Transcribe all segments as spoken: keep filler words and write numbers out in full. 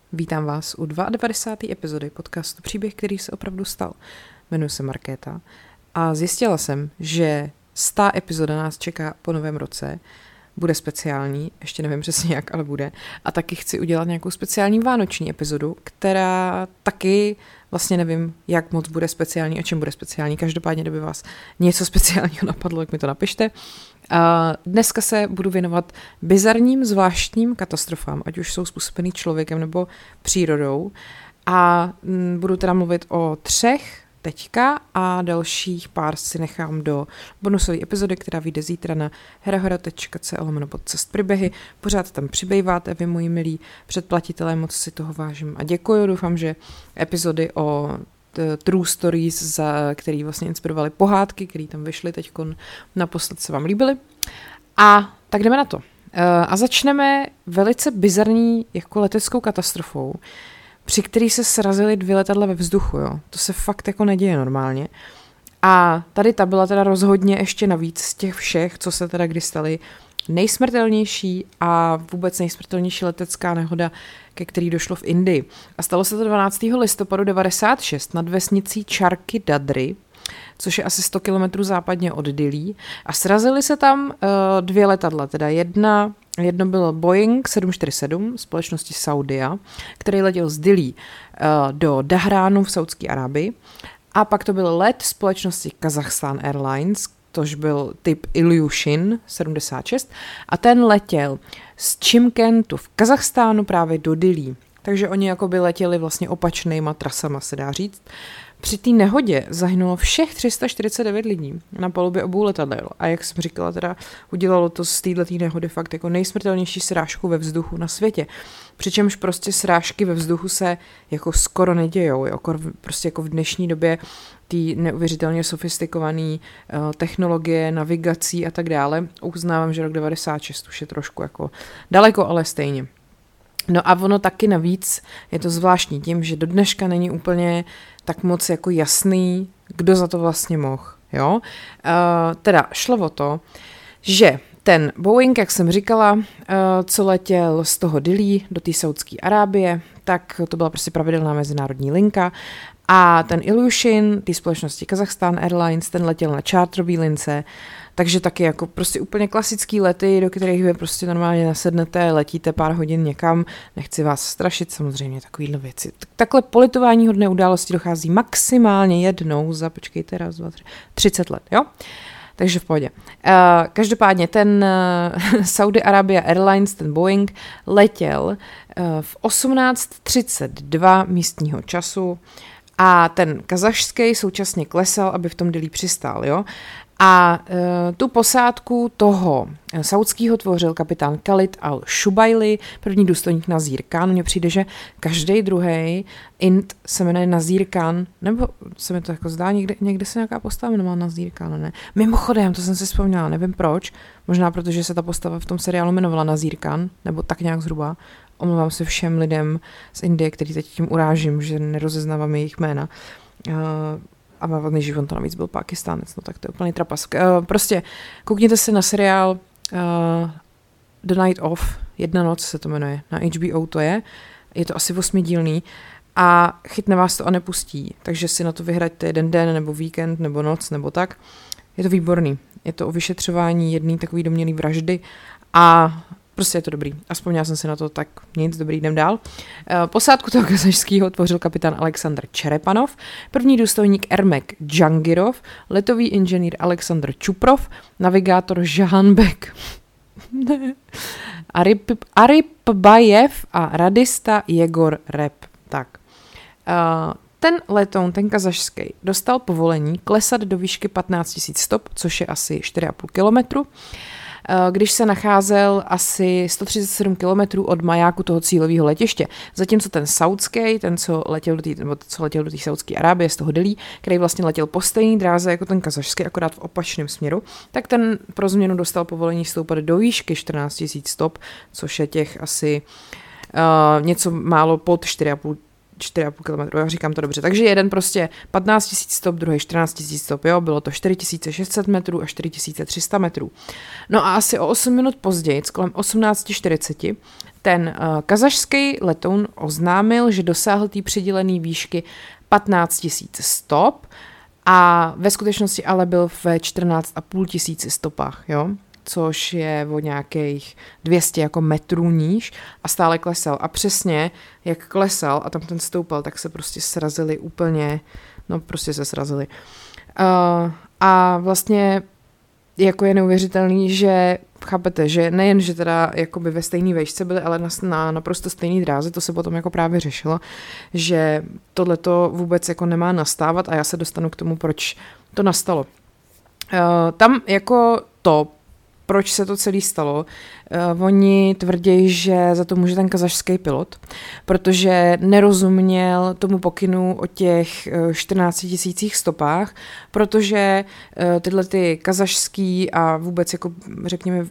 Vítám vás u devadesátého druhé epizody podcastu Příběh, který se opravdu stal. Jmenuji se Markéta a zjistila jsem, že stá epizoda nás čeká po novém roce. Bude speciální, ještě nevím přesně jak, ale bude. A taky chci udělat nějakou speciální vánoční epizodu, která taky vlastně nevím, jak moc bude speciální a čem bude speciální. Každopádně, kdyby vás něco speciálního napadlo, jak mi to napište. A dneska se budu věnovat bizarním, zvláštním katastrofám, ať už jsou způsobený člověkem nebo přírodou. A budu teda mluvit o třech teďka a dalších pár si nechám do bonusové epizody, která vyjde zítra na herahora tečka cé lomeno podcast příběhy. Pořád tam přibýváte, vy moji milí předplatitelé, moc si toho vážím a děkuju. Doufám, že epizody o True Stories, za který vlastně inspirovaly pohádky, které tam vyšly teď naposled, se vám líbily. A tak jdeme na to. A začneme velice bizarní jako leteckou katastrofou, při který se srazily dvě letadla ve vzduchu, jo. To se fakt jako neděje normálně. A tady ta byla teda rozhodně ještě navíc z těch všech, co se teda kdy staly, nejsmrtelnější a vůbec nejsmrtelnější letecká nehoda, ke který došlo v Indii. A stalo se to dvanáctého listopadu devadesát šest nad vesnicí Charky Dadry, což je asi sto kilometrů západně od Dillí. A srazily se tam uh, dvě letadla, teda jedna, jedno bylo Boeing sedm čtyři sedm společnosti Saudia, který letěl z Dillí uh, do Dahránu v Saudské Arábii. A pak to byl let společnosti Kazakhstan Airlines, tož byl typ Ilyushin sedmdesát šest, a ten letěl z Chimkentu v Kazachstánu právě do Dillí. Takže oni jako by letěli vlastně opačnýma trasama, se dá říct. Při té nehodě zahynulo všech tři sta čtyřicet devět lidí na palubě obou letadel. A jak jsem říkala, teda udělalo to z této nehody fakt jako nejsmrtelnější srážku ve vzduchu na světě. Přičemž prostě srážky ve vzduchu se jako skoro nedějou. Jo? Prostě jako v dnešní době ty neuvěřitelně sofistikované uh, technologie, navigací a tak dále. Uznávám, že rok devadesát šest už je trošku jako daleko, ale stejně. No a ono taky navíc je to zvláštní tím, že do dneška není úplně tak moc jako jasný, kdo za to vlastně mohl. Jo? Uh, teda šlo o to, že ten Boeing, jak jsem říkala, uh, co letěl z toho Dillí do té Saudské Arábie, tak to byla prostě pravidelná mezinárodní linka. A ten Ilyushin, té společnosti Kazakhstan Airlines, ten letěl na charterové lince, takže taky jako prostě úplně klasický lety, do kterých vy prostě normálně nasednete, letíte pár hodin někam, nechci vás strašit, samozřejmě takovýhle věci. Takhle politování hodné události dochází maximálně jednou za, počkejte, raz, dva, tři, třicet let, jo? Takže v pohodě. Uh, každopádně ten uh, Saudi Arabia Airlines, ten Boeing, letěl uh, v osmnáct třicet dva místního času a ten kazašský současně klesal, aby v tom Dillí přistál, jo? A e, tu posádku toho saudského tvořil kapitán Khalid al-Shubaili, první důstojník Nazír Khan. Mně přijde, že každý druhý Ind se jmenuje Nazír Khan, nebo se mi to jako zdá, někde, někde se nějaká postava jmenovala Nazír Khan, ne? Mimochodem, to jsem si vzpomněla, nevím proč, možná protože se ta postava v tom seriálu jmenovala Nazír Khan, nebo tak nějak zhruba. Omlouvám se všem lidem z Indie, který teď tím urážím, že nerozeznávám jejich jména. Uh, a mávadný život to navíc byl Pákistánec, no tak to je úplný trapas. Uh, prostě koukněte se na seriál uh, The Night Of, Jedna noc se to jmenuje, na H B O to je, je to asi osmidílný a chytne vás to a nepustí, takže si na to vyhraďte jeden den, nebo víkend, nebo noc, nebo tak. Je to výborný, je to o vyšetřování jedné takový domnělý vraždy a prostě je to dobrý. A vzpomněla jsem si na to, tak nic, dobrý, jdem dál. Posádku toho kazašského tvořil kapitán Alexandr Čerepanov, první důstojník Ermek Džangirov, letový inženýr Alexandr Čuprov, navigátor Žahanbek Arip, Aripbajev a radista Jegor Rep. Tak. Uh, ten letoun, ten kazašský, dostal povolení klesat do výšky patnáct tisíc stop, což je asi čtyři a půl kilometru, když se nacházel asi sto třicet sedm kilometrů od majáku toho cílového letiště. Zatímco ten saudský, ten, co letěl do té, nebo co letěl do té Saudské Arábie z toho Dillí, který vlastně letěl po stejné dráze jako ten kazašský, akorát v opačném směru, tak ten pro změnu dostal povolení stoupat do výšky čtrnáct tisíc stop, což je těch asi uh, něco málo pod čtyři a půl čtyři a půl kilometru, já říkám to dobře. Takže jeden prostě patnáct tisíc stop, druhý čtrnáct tisíc stop, jo, bylo to čtyři tisíce šest set metrů a čtyři tisíce tři sta metrů. No a asi o osm minut později, kolem osmnáct čtyřicet, ten uh, kazašský letoun oznámil, že dosáhl té přidělené výšky patnáct tisíc stop a ve skutečnosti ale byl ve čtrnáct a půl tisíci stopách, jo, což je o nějakých dvě stě jako metrů níž a stále klesal. A přesně, jak klesal a tam ten stoupal, tak se prostě srazili úplně, no prostě se srazili. Uh, a vlastně jako je neuvěřitelný, že chápete, že nejen, že teda jakoby ve stejné vejšce byly, ale na, na naprosto stejný dráze, to se potom jako právě řešilo, že tohleto vůbec jako nemá nastávat a já se dostanu k tomu, proč to nastalo. Uh, tam jako to, proč se to celé stalo. Uh, oni tvrdí, že za to může ten kazašský pilot, protože nerozuměl tomu pokynu o těch uh, čtrnácti tisících stopách, protože uh, tyhle ty kazašský a vůbec jako řekněme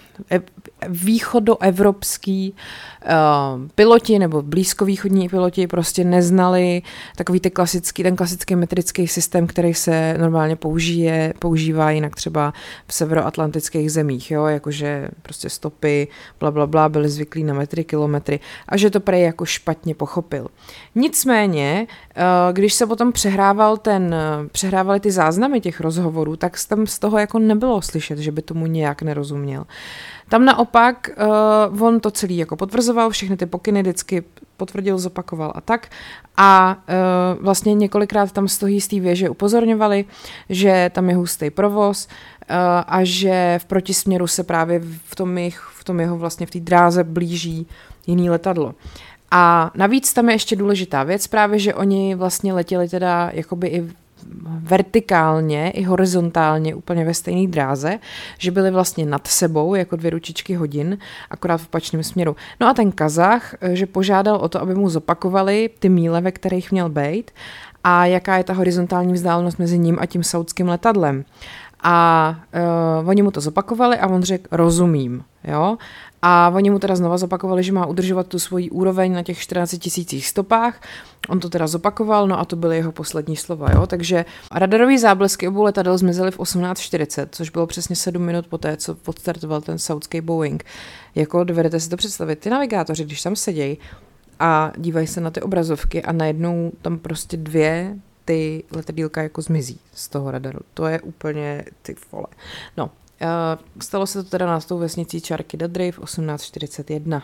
východoevropský uh, piloti nebo blízkovýchodní piloti prostě neznali takový ty klasický, ten klasický metrický systém, který se normálně použije, používá jinak třeba v severoatlantických zemích, jo, jakože prostě stopy, bla, bla, bla, byli zvyklí na metry, kilometry a že to prej jako špatně pochopil. Nicméně, uh, když se potom přehrával ten, uh, přehrávaly ty záznamy těch rozhovorů, tak tam z toho jako nebylo slyšet, že by tomu nějak nerozuměl. Tam naopak uh, on to celý jako potvrzoval, všechny ty pokyny vždycky potvrdil, zopakoval a tak. A uh, vlastně několikrát tam z toho jistý věže upozorňovali, že tam je hustý provoz uh, a že v protisměru se právě v tom, jich, v tom jeho vlastně v té dráze blíží jiný letadlo. A navíc tam je ještě důležitá věc právě, že oni vlastně letěli teda jakoby i vertikálně i horizontálně úplně ve stejné dráze, že byly vlastně nad sebou jako dvě ručičky hodin, akorát v opačném směru. No a ten Kazach, že požádal o to, aby mu zopakovali ty míle, ve kterých měl být a jaká je ta horizontální vzdálenost mezi ním a tím saudským letadlem. A uh, oni mu to zopakovali a on řekl, rozumím, jo. A oni mu teda znova zopakovali, že má udržovat tu svoji úroveň na těch čtrnácti tisících stopách. On to teda zopakoval, no a to byly jeho poslední slova, jo. Takže radarový záblesky obou letadel zmizely v osmnáct čtyřicet, což bylo přesně sedm minut poté, co odstartoval ten saudský Boeing. Jako dovedete si to představit, ty navigátoři, když tam sedějí a dívají se na ty obrazovky a najednou tam prostě dvě ty letadýlka jako zmizí z toho radaru. To je úplně ty vole. No, uh, stalo se to teda na tou vesnicí Čarky Dadry v osmnáct čtyřicet jedna.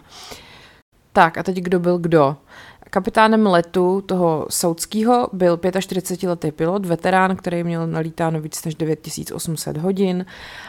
Tak a teď kdo byl kdo? Kapitánem letu toho saudského byl čtyřicetiletý pilot, veterán, který měl nalítáno víc než devět tisíc osm set hodin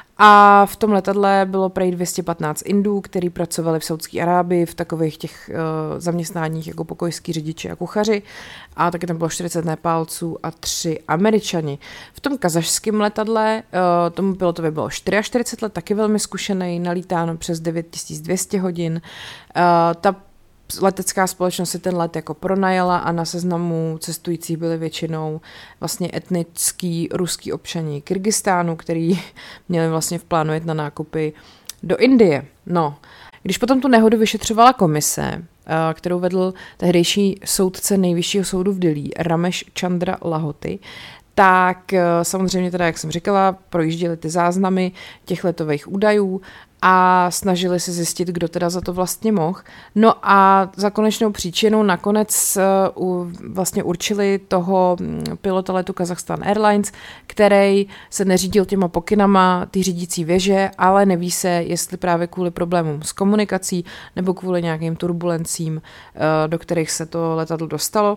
a v tom letadle bylo prej dvě stě patnáct Indů, kteří pracovali v Saudské Arábii v takových těch uh, zaměstnáních jako pokojský řidiči a kuchaři a taky tam bylo čtyřicet Népálců a tři Američani. V tom kazašském letadle uh, tomu pilotovi bylo čtyřicet čtyři let, taky velmi zkušený, nalítáno přes devět tisíc dvě stě hodin. Uh, ta letecká společnost si ten let jako pronajala a na seznamu cestujících byli většinou vlastně etnický ruský občani Kyrgyzstánu, který měli vlastně v plánu jet na nákupy do Indie. No, když potom tu nehodu vyšetřovala komise, kterou vedl tehdejší soudce nejvyššího soudu v Dillí, Ramesh Chandra Lahoti, tak samozřejmě teda, jak jsem říkala, projížděli ty záznamy těch letových údajů a snažili se zjistit, kdo teda za to vlastně mohl. No a za konečnou příčinou nakonec uh, vlastně určili toho pilota letu Kazakhstan Airlines, který se neřídil těma pokynama ty řídící věže, ale neví se, jestli právě kvůli problémům s komunikací nebo kvůli nějakým turbulencím, uh, do kterých se to letadlo dostalo.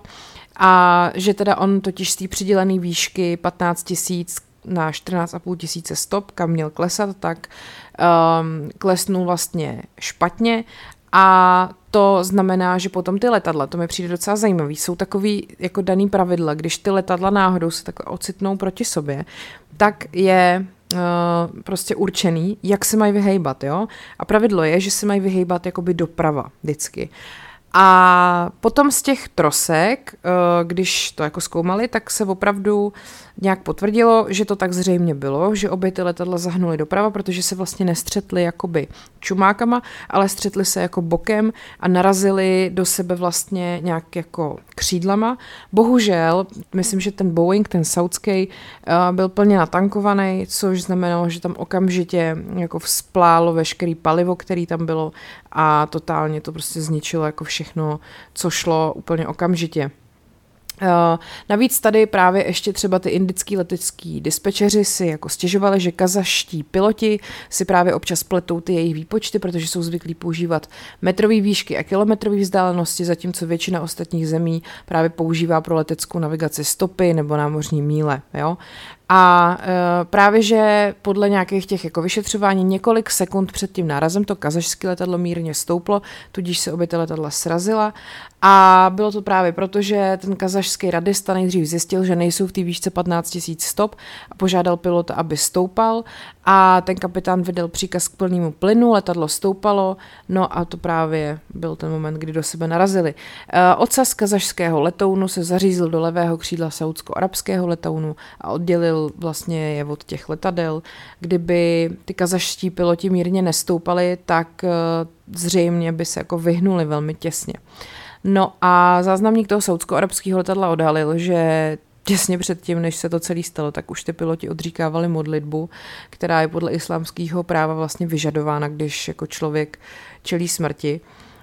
A že teda on totiž z té přidělené výšky patnáct tisíc na čtrnáct a půl tisíce stop, kam měl klesat, tak um, klesnul vlastně špatně a to znamená, že potom ty letadla, to mi přijde docela zajímavý, jsou takový jako daný pravidla, když ty letadla náhodou se takhle ocitnou proti sobě, tak je uh, prostě určený, jak se mají vyhejbat, jo? A pravidlo je, že se mají vyhejbat jakoby doprava vždycky. A potom z těch trosek, když to jako zkoumali, tak se opravdu nějak potvrdilo, že to tak zřejmě bylo, že obě ty letadla zahnuly doprava, protože se vlastně nestřetly jakoby čumákama, ale střetly se jako bokem a narazily do sebe vlastně nějak jako křídlama. Bohužel, myslím, že ten Boeing, ten saudský, byl plně natankovaný, což znamenalo, že tam okamžitě jako vzplálo veškerý palivo, který tam bylo a totálně to prostě zničilo jako všechno, co šlo úplně okamžitě. Uh, navíc tady právě ještě třeba ty indický letecký dispečeři si jako stěžovali, že kazaští piloti si právě občas pletou ty jejich výpočty, protože jsou zvyklí používat metrové výšky a kilometrové vzdálenosti, zatímco většina ostatních zemí právě používá pro leteckou navigaci stopy nebo námořní míle. Jo? A e, právě, že podle nějakých těch jako vyšetřování několik sekund před tím nárazem to kazašské letadlo mírně stouplo, tudíž se obě ty letadla srazila a bylo to právě proto, že ten kazašský radista nejdřív zjistil, že nejsou v té výšce patnáct tisíc stop a požádal pilota, aby stoupal a ten kapitán vydal příkaz k plnému plynu, letadlo stoupalo, no a to právě byl ten moment, kdy do sebe narazili. E, ocas kazašského letounu se zařízl do levého křídla saúdsko-arabského letounu a oddělil vlastně je od těch letadel. Kdyby ty kazašští piloti mírně nestoupali, tak zřejmě by se jako vyhnuli velmi těsně. No a záznamník toho saúdsko-arabského letadla odhalil, že těsně předtím, než se to celé stalo, tak už ty piloti odříkávali modlitbu, která je podle islámského práva vlastně vyžadována, když jako člověk čelí smrti.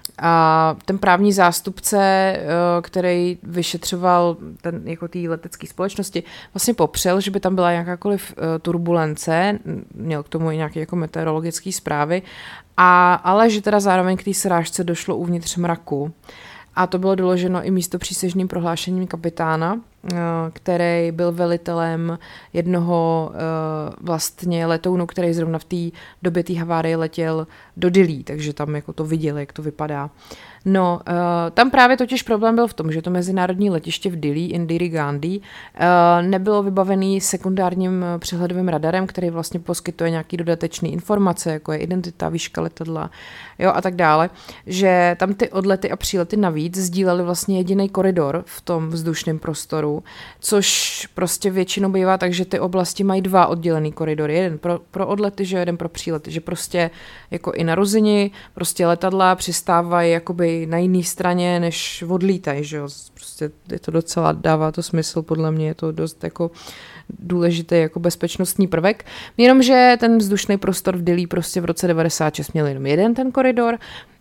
A ten právní zástupce, který vyšetřoval ten, jako té letecké společnosti, vlastně popřel, že by tam byla jakákoliv turbulence, měl k tomu i nějaké jako meteorologické zprávy, a, ale že teda zároveň k té srážce došlo uvnitř mraku. A to bylo doloženo i místopřísežným prohlášením kapitána, který byl velitelem jednoho vlastně letounu, který zrovna v té době té havárie letěl do Dillí, takže tam jako to viděli, jak to vypadá. No, tam právě totiž problém byl v tom, že to mezinárodní letiště v Dillí, Indira Gandhi, nebylo vybavený sekundárním přehledovým radarem, který vlastně poskytuje nějaký dodatečný informace, jako je identita, výška letadla, jo, a tak dále, že tam ty odlety a přílety navíc sdílely vlastně jediný koridor v tom vzdušném prostoru, což prostě většinou bývá tak, že ty oblasti mají dva oddělený koridory, jeden pro, pro odlety, že jeden pro přílety, že prostě jako i na Ruzini prostě letadla přistávají jakoby na jiné straně, než odlítají, že jo, prostě je to docela, dává to smysl, podle mě je to dost jako důležitý jako bezpečnostní prvek, jenomže ten vzdušný prostor v Dillí prostě v roce devadesát šest měl jenom jeden ten koridor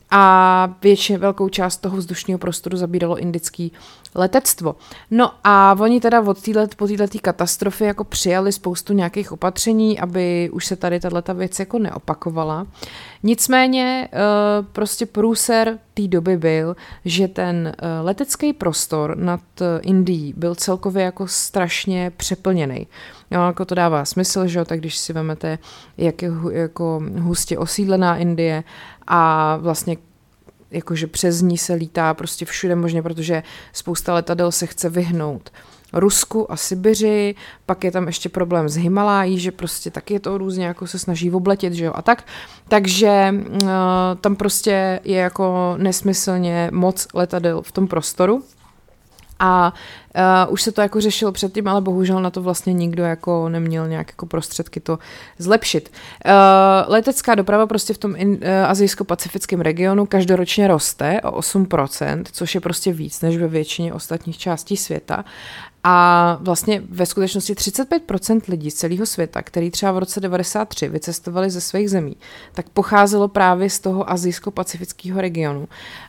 a většině velkou část toho vzdušného prostoru zabíralo indický letectvo. No a oni teda od téhle, po této katastrofy jako přijali spoustu nějakých opatření, aby už se tady tato věc jako neopakovala. Nicméně prostě průser té doby byl, že ten letecký prostor nad Indií byl celkově jako strašně přeplněný. No, jako to dává smysl, že jo, tak když si vemete, jak je jako hustě osídlená Indie a vlastně jakože přes ní se lítá prostě všude možně, protože spousta letadel se chce vyhnout Rusku a Sibiři, pak je tam ještě problém s Himalájí, že prostě taky je to různě jako se snaží obletět, že jo, a tak. Takže uh, tam prostě je jako nesmyslně moc letadel v tom prostoru. A uh, už se to jako řešilo předtím, ale bohužel na to vlastně nikdo jako neměl nějak jako prostředky to zlepšit. Uh, letecká doprava prostě v tom in, uh, azijsko-pacifickém regionu každoročně roste o osm procent, což je prostě víc než ve většině ostatních částí světa. A vlastně ve skutečnosti třicet pět procent lidí z celého světa, který třeba v roce devadesát tři vycestovali ze svých zemí, tak pocházelo právě z toho azijsko-pacifického regionu.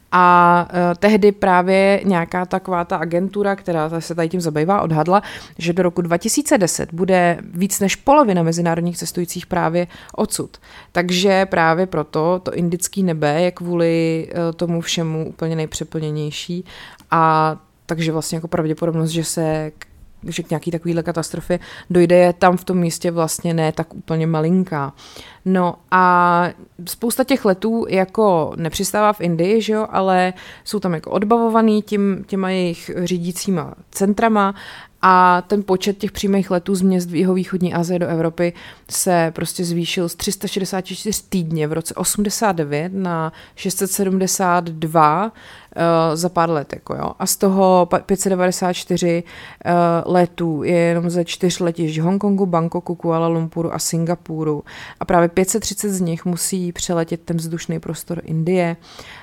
A uh, tehdy právě nějaká taková ta agentura, která se tady tím zabývá, odhadla, že do roku dva tisíce deset bude víc než polovina mezinárodních cestujících právě odsud. Takže právě proto to indické nebe je kvůli uh, tomu všemu úplně nejpřeplněnější a takže vlastně jako pravděpodobnost, že se že k nějaký takovýhle katastrofě dojde, je tam v tom místě vlastně ne tak úplně malinká. No a spousta těch letů jako nepřistává v Indii, že jo, ale jsou tam jako odbavovaný tím, těma jejich řídícíma centrama a ten počet těch přímých letů z měst v jihovýchodní Asii do Evropy se prostě zvýšil z tři sta šedesát čtyři týdně v roce osmdesát devět na šest set sedmdesát dva uh, za pár let. Jako jo. A z toho pět set devadesát čtyři uh, letů je jenom ze čtyř letišť Hongkongu, Bangkoku, Kuala Lumpuru a Singapuru. A právě pět set třicet z nich musí přeletět ten vzdušný prostor Indie.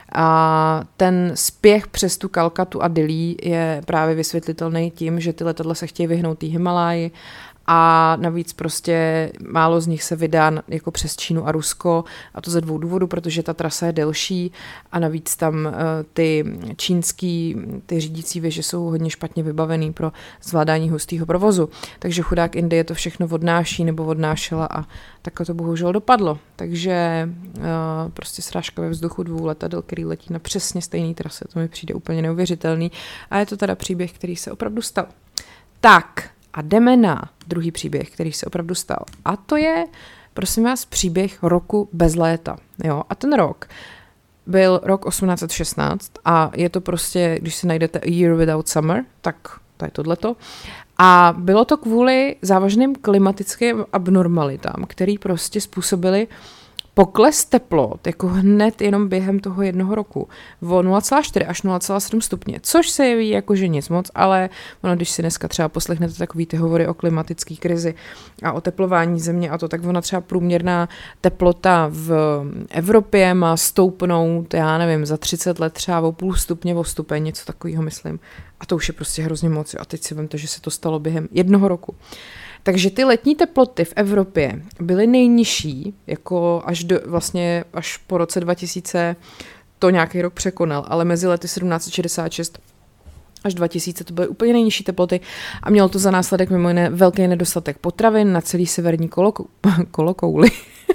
A ten spěch přes tu Kalkatu a Dillí je právě vysvětlitelný tím, že ty letadla se chtějí vyhnout té Himaláji a navíc prostě málo z nich se vydá jako přes Čínu a Rusko a to ze dvou důvodů, protože ta trasa je delší a navíc tam uh, ty čínský, ty řídící věže jsou hodně špatně vybavený pro zvládání hustého provozu. Takže chudák Indie to všechno odnáší nebo odnášela a takhle to bohužel dopadlo. Takže uh, prostě srážka ve vzduchu dvou letadel, který letí na přesně stejné trase, to mi přijde úplně neuvěřitelný a je to teda příběh, který se opravdu stal. Tak, a jdeme na druhý příběh, který se opravdu stal. A to je, prosím vás, příběh roku bez léta. Jo? A ten rok byl rok osmnáct set šestnáct a je to prostě, když si najdete A Year Without Summer, tak to je tohleto. A bylo to kvůli závažným klimatickým abnormalitám, který prostě způsobily pokles teplot, jako hned jenom během toho jednoho roku, o nula celá čtyři až nula celá sedm stupně, což se jeví jako, že nic moc, ale ono, když si dneska třeba poslechnete takový ty hovory o klimatické krizi a o teplování země a to, tak ona třeba průměrná teplota v Evropě má stoupnout, já nevím, za třicet let třeba o půl stupně, o stupeň, něco takového myslím. A to už je prostě hrozně moc. A teď si vemte, že se to stalo během jednoho roku. Takže ty letní teploty v Evropě byly nejnižší, jako až do, vlastně až po roce dva tisíce to nějaký rok překonal, ale mezi lety sedmnáct set šedesát šest až dva tisíce to byly úplně nejnižší teploty a mělo to za následek mimo jiné velký nedostatek potravin na celý severní kolokou, kolokouli.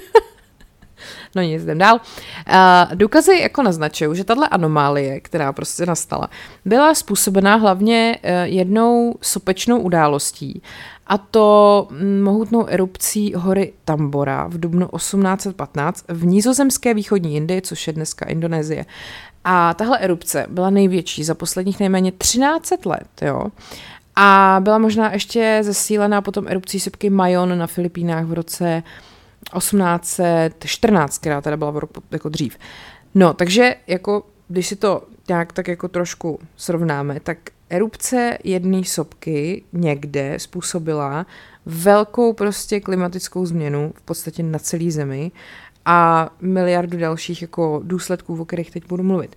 No nic, jdem dál. Uh, důkazy jako naznačují, že tahle anomálie, která prostě nastala, byla způsobená hlavně uh, jednou sopečnou událostí, a to mohutnou erupcí hory Tambora v dubnu osmnáct set patnáct v nizozemské východní Indii, což je dneska Indonésie. A tahle erupce byla největší za posledních nejméně třináct set let, jo. A byla možná ještě zesílená potom erupcí sopky Mayon na Filipínách v roce osmnáct set čtrnáct, která teda byla v roku jako dřív. No, takže jako, když si to nějak tak jako trošku srovnáme, tak erupce jedné sopky někde způsobila velkou prostě klimatickou změnu v podstatě na celé zemi a miliardu dalších jako důsledků, o kterých teď budu mluvit.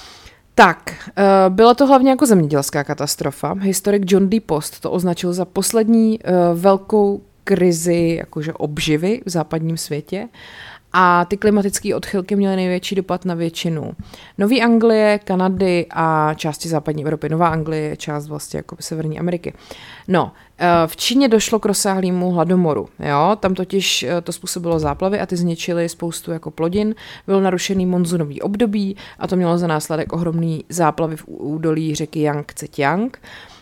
Tak, byla to hlavně jako zemědělská katastrofa. Historik John D. Post to označil za poslední velkou krizi jakože obživy v západním světě a ty klimatické odchylky měly největší dopad na většinu Nový Anglie, Kanady a části západní Evropy. Nová Anglie je část vlastně jako Severní Ameriky. No, v Číně došlo k rozsáhlému hladomoru. Jo? Tam totiž to způsobilo záplavy a ty zničily spoustu jako plodin. Bylo narušený monzunový období a to mělo za následek ohromný záplavy v údolí řeky Yangtze-Kiang.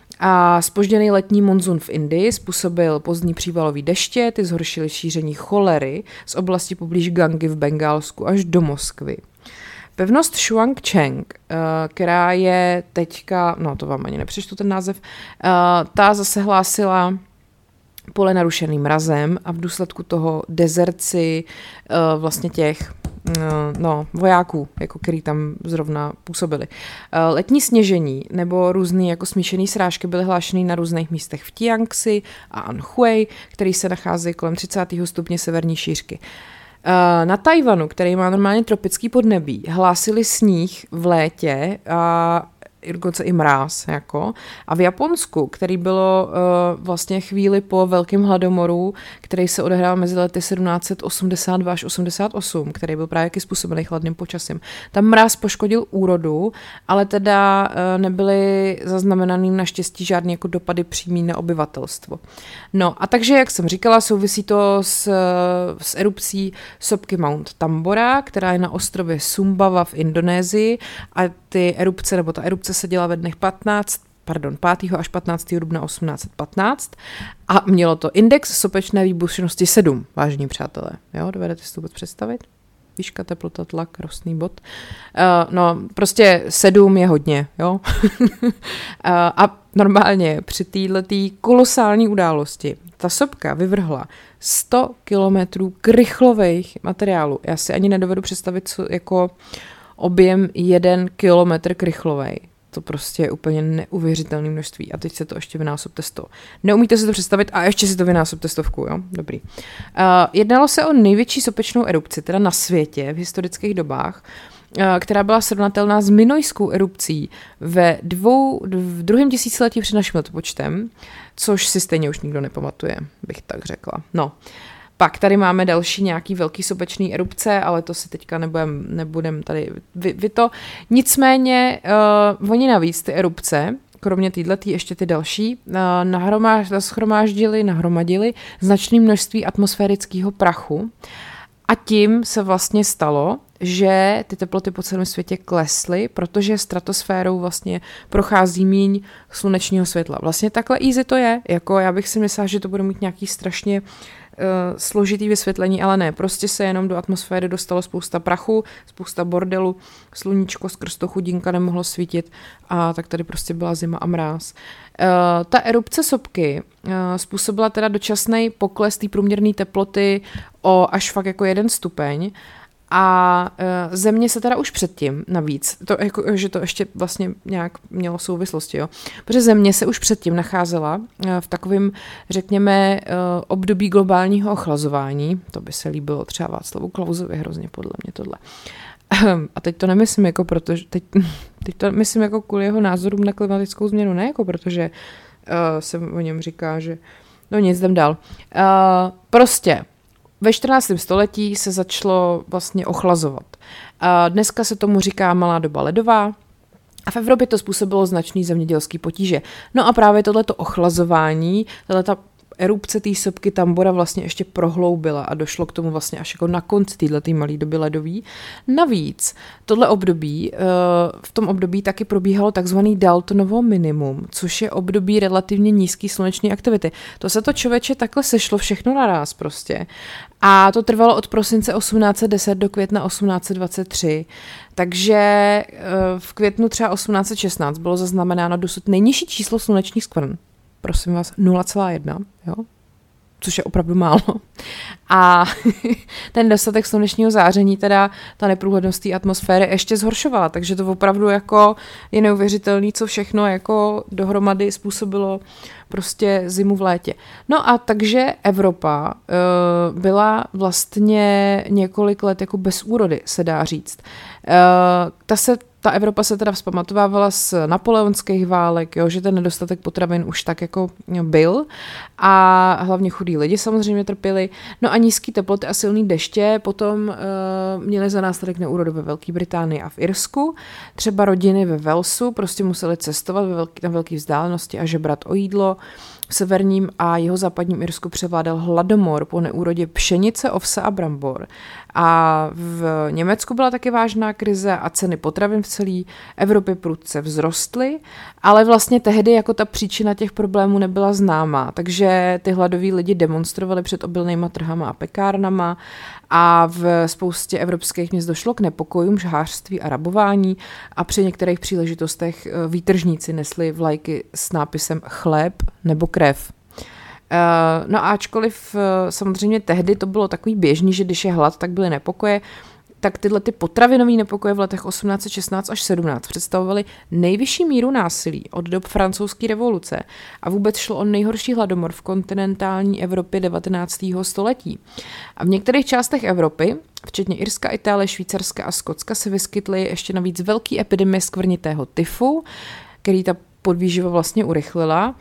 A zpožděný letní monzun v Indii způsobil pozdní přívalový deště, ty zhoršily šíření cholery z oblasti poblíž Gangy v Bengálsku až do Moskvy. Pevnost Shuangcheng, která je teďka, no to vám ani nepřečtu ten název, ta zase hlásila pole narušený mrazem a v důsledku toho dezerci vlastně těch no, vojáků, jako který tam zrovna působili. Letní sněžení nebo různý jako smíšený srážky byly hlášeny na různých místech v Tiangsi a Anhui, který se nachází kolem třicátého stupně severní šířky. Na Tajvanu, který má normálně tropický podnebí, hlásili sníh v létě a dokonce i mráz. Jako. A v Japonsku, který bylo uh, vlastně chvíli po velkém hladomoru, který se odehrál mezi lety sedmnáct set osmdesát dva až osmdesát osm, který byl právě jaký způsobený chladným počasím. Tam mráz poškodil úrodu, ale teda uh, nebyly zaznamenaný naštěstí žádný jako dopady přímý na obyvatelstvo. No a takže, jak jsem říkala, souvisí to s, s erupcí sopky Mount Tambora, která je na ostrově Sumbawa v Indonésii a ty erupce, nebo ta erupce se dělá ve dnech patnáct, pardon, pátého až patnáctého dubna osmnáct set patnáct a mělo to index sopečné výbušnosti sedm, vážení přátelé. Jo, dovedete si to vůbec představit? Výška, teplota, tlak, rostný bod. Uh, no, prostě sedm je hodně, jo. uh, a normálně při této kolosální události ta sopka vyvrhla sto kilometrů krychlových materiálů. Já si ani nedovedu představit, co jako objem jeden kilometr krychlovej. To prostě je úplně neuvěřitelné množství. A teď se to ještě vynásobte sto. Neumíte si to představit a ještě si to vynásobte stovku, jo? Dobrý. Uh, jednalo se o největší sopečnou erupci, teda na světě v historických dobách, uh, která byla srovnatelná s minojskou erupcí ve dvou, v druhém tisíciletí před naším letopočtem, což si stejně už nikdo nepamatuje, bych tak řekla. No. Pak tady máme další nějaký velký sopečný erupce, ale to si teďka nebudem, nebudem tady vy, vy to. Nicméně uh, oni navíc ty erupce, kromě týhletý ještě ty další, uh, nahromáždili, nahromadili značné množství atmosférického prachu a tím se vlastně stalo, že ty teploty po celém světě klesly, protože stratosférou vlastně prochází míň slunečního světla. Vlastně takhle easy to je, jako já bych si myslela, že to bude mít nějaký strašně Uh, složitý vysvětlení, ale ne, prostě se jenom do atmosféry dostalo spousta prachu, spousta bordelu, sluníčko skrz to chudinka nemohlo svítit a tak tady prostě byla zima a mráz. Uh, ta erupce sopky uh, způsobila teda dočasný pokles té průměrné teploty o až fakt jako jeden stupeň a uh, země se teda už předtím navíc, to, jako, že to ještě vlastně nějak mělo souvislosti, jo, protože země se už předtím nacházela uh, v takovém, řekněme, uh, období globálního ochlazování, to by se líbilo třeba Václavu Klausovi hrozně podle mě tohle. A teď to nemyslím jako protože, teď, teď to myslím jako kvůli jeho názorům na klimatickou změnu, ne jako protože uh, se o něm říká, že no nic, jdem dál. Uh, prostě ve čtrnáctém století se začalo vlastně ochlazovat. A dneska se tomu říká malá doba ledová a v Evropě to způsobilo značný zemědělský potíže. No a právě tohleto ochlazování, tato erupce té sopky Tambora vlastně ještě prohloubila a došlo k tomu vlastně až jako na konci této malé doby ledový. Navíc tohle období, v tom období taky probíhalo takzvaný Daltonovo minimum, což je období relativně nízký sluneční aktivity. To se to člověče takhle sešlo všechno naráz prostě. A to trvalo od prosince osmnáct set deset do května osmnáct set dvacet tři. Takže v květnu třeba osmnáct set šestnáct bylo zaznamenáno dosud nejnižší číslo slunečních skvrn. Prosím vás, nula celá jedna, jo? Což je opravdu málo. A ten dostatek slunečního záření, teda ta neprůhlednost té atmosféry ještě zhoršovala, takže to opravdu jako je neuvěřitelný, co všechno jako dohromady způsobilo prostě zimu v létě. No a takže Evropa uh, byla vlastně několik let jako bez úrody, se dá říct. Uh, ta se Ta Evropa se teda vzpamatovávala z napoleonských válek, jo, že ten nedostatek potravin už tak jako byl a hlavně chudí lidi samozřejmě trpěli. No a nízký teploty a silný deště potom uh, měly za následek neúrodu ve Velké Británii a v Irsku. Třeba rodiny ve Walesu prostě musely cestovat ve velký, na velké vzdálenosti a žebrat o jídlo. V severním a jeho západním Irsku převládal hladomor po neúrodě pšenice, ovsa a brambor. A v Německu byla taky vážná krize a ceny potravin v celé Evropě prudce vzrostly, ale vlastně tehdy jako ta příčina těch problémů nebyla známá, takže ty hladoví lidi demonstrovali před obilnýma trhama a pekárnama a v spoustě evropských měst došlo k nepokojům, žhářství a rabování a při některých příležitostech výtržníci nesli vlajky s nápisem chléb nebo krev. No a ačkoliv samozřejmě tehdy to bylo takový běžný, že když je hlad, tak byly nepokoje, tak tyhle ty potravinové nepokoje v letech osmnáct set šestnáct až sedmnáct představovaly nejvyšší míru násilí od dob francouzské revoluce a vůbec šlo o nejhorší hladomor v kontinentální Evropě devatenáctého století. A v některých částech Evropy, včetně Irska, Itálie, Švýcarska a Skotska, se vyskytly ještě navíc velké epidemie skvrnitého tyfu, který ta podvýživa vlastně urychlila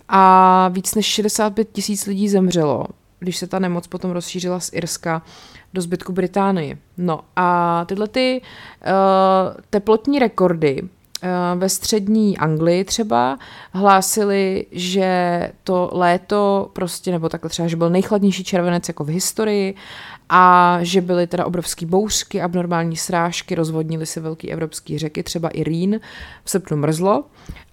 a víc než šedesát pět tisíc lidí zemřelo, když se ta nemoc potom rozšířila z Irska do zbytku Británii. No a tyhle ty uh, teplotní rekordy uh, ve střední Anglii třeba hlásili, že to léto prostě, nebo takhle třeba, že byl nejchladnější červenec jako v historii a že byly teda obrovský bouřky, abnormální srážky, rozvodnily se velký evropský řeky, třeba i Rýn, v srpnu mrzlo.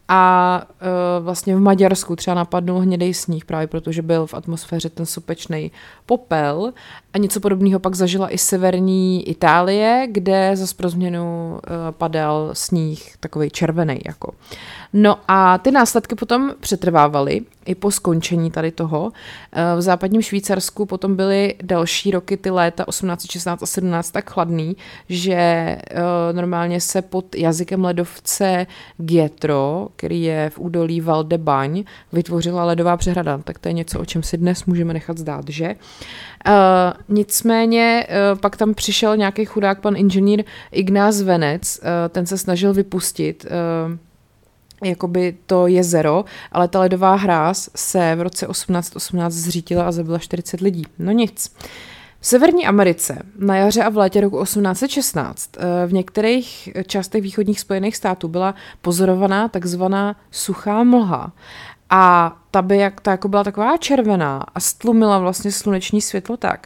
A e, vlastně v Maďarsku třeba napadnul hnědej sníh právě protože byl v atmosféře ten sopečnej popel a A něco podobného pak zažila i severní Itálie, kde zas pro změnu uh, padal sníh takovej červený jako. No a ty následky potom přetrvávaly i po skončení tady toho. V západním Švýcarsku potom byly další roky, ty léta osmnáct, šestnáct a sedmnáct tak chladný, že normálně se pod jazykem ledovce Gietro, který je v údolí Val de Bagne, vytvořila ledová přehrada. Tak to je něco, o čem si dnes můžeme nechat zdát, že? Uh, nicméně uh, pak tam přišel nějaký chudák pan inženýr Ignác Venec, uh, ten se snažil vypustit uh, jakoby to jezero, ale ta ledová hráz se v roce osmnáct osmnáct zřítila a zabila čtyřicet lidí. No nic. V Severní Americe na jaře a v létě roku osmnáct šestnáct v některých částech východních Spojených států byla pozorovaná takzvaná suchá mlha. A ta by jak, ta jako byla taková červená a stlumila vlastně sluneční světlo tak,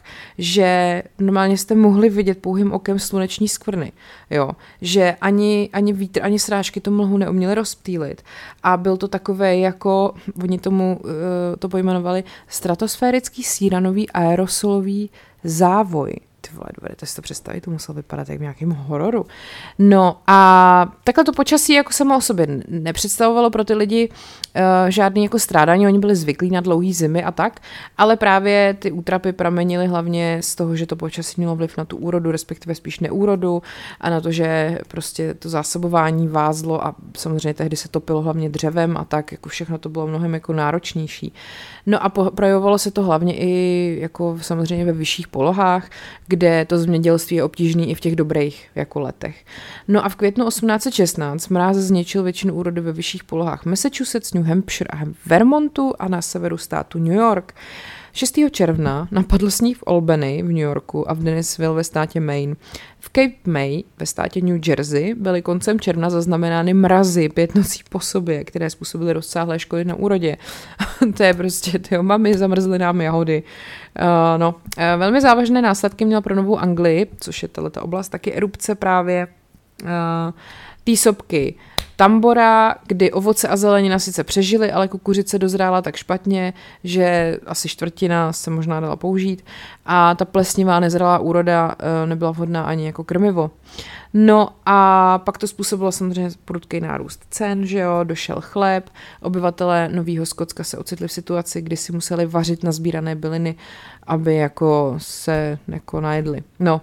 že normálně jste mohli vidět pouhým okem sluneční skvrny, jo, že ani, ani vítr, ani srážky tu mlhu neuměly rozptýlit a byl to takové jako, oni tomu uh, to pojmenovali stratosférický síranový aerosolový závoj. Ty vole, dovedete si to představit, to muselo vypadat jak v nějakém hororu. No a takhle to počasí jako samo o sobě nepředstavovalo pro ty lidi uh, žádný jako strádání, oni byli zvyklí na dlouhý zimy a tak, ale právě ty útrapy pramenily hlavně z toho, že to počasí mělo vliv na tu úrodu, respektive spíš neúrodu a na to, že prostě to zásobování vázlo a samozřejmě tehdy se topilo hlavně dřevem a tak, jako všechno to bylo mnohem jako náročnější. No a po, projevovalo se to hlavně i jako samozřejmě ve vyšších polohách, kde to zemědělství je obtížný i v těch dobrých jako letech. No a v květnu osmnáct šestnáct mráz zničil většinu úrody ve vyšších polohách Massachusetts, New Hampshire a Vermontu a na severu státu New York. šestého června napadl sníh v Albany v New Yorku a v Dennisville ve státě Maine. V Cape May ve státě New Jersey byly koncem června zaznamenány mrazy pět nocí po sobě, které způsobily rozsáhlé škody na úrodě. To je prostě, tyjo, mami, zamrzly nám jahody. Uh, no, uh, velmi závažné následky měla pro Novou Anglii, což je tato oblast, taky erupce právě uh, té sopky Tambora, kdy ovoce a zelenina sice přežily, ale kukuřice dozrála tak špatně, že asi čtvrtina se možná dala použít a ta plesnivá nezralá úroda nebyla vhodná ani jako krmivo. No a pak to způsobilo samozřejmě prudký nárůst cen, že jo, došel chléb, obyvatelé Nového Skotska se ocitli v situaci, kdy si museli vařit nazbírané byliny, aby jako se jako najedli. No,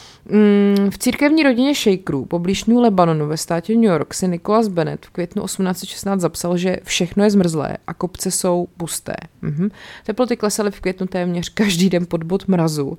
v církevní rodině Shakerů poblíž New Lebanonu ve státě New York si Nicholas Bennett v květnu osmnáct šestnáct zapsal, že všechno je zmrzlé a kopce jsou pusté. Mhm. Teploty klesaly v květnu téměř každý den pod bod mrazu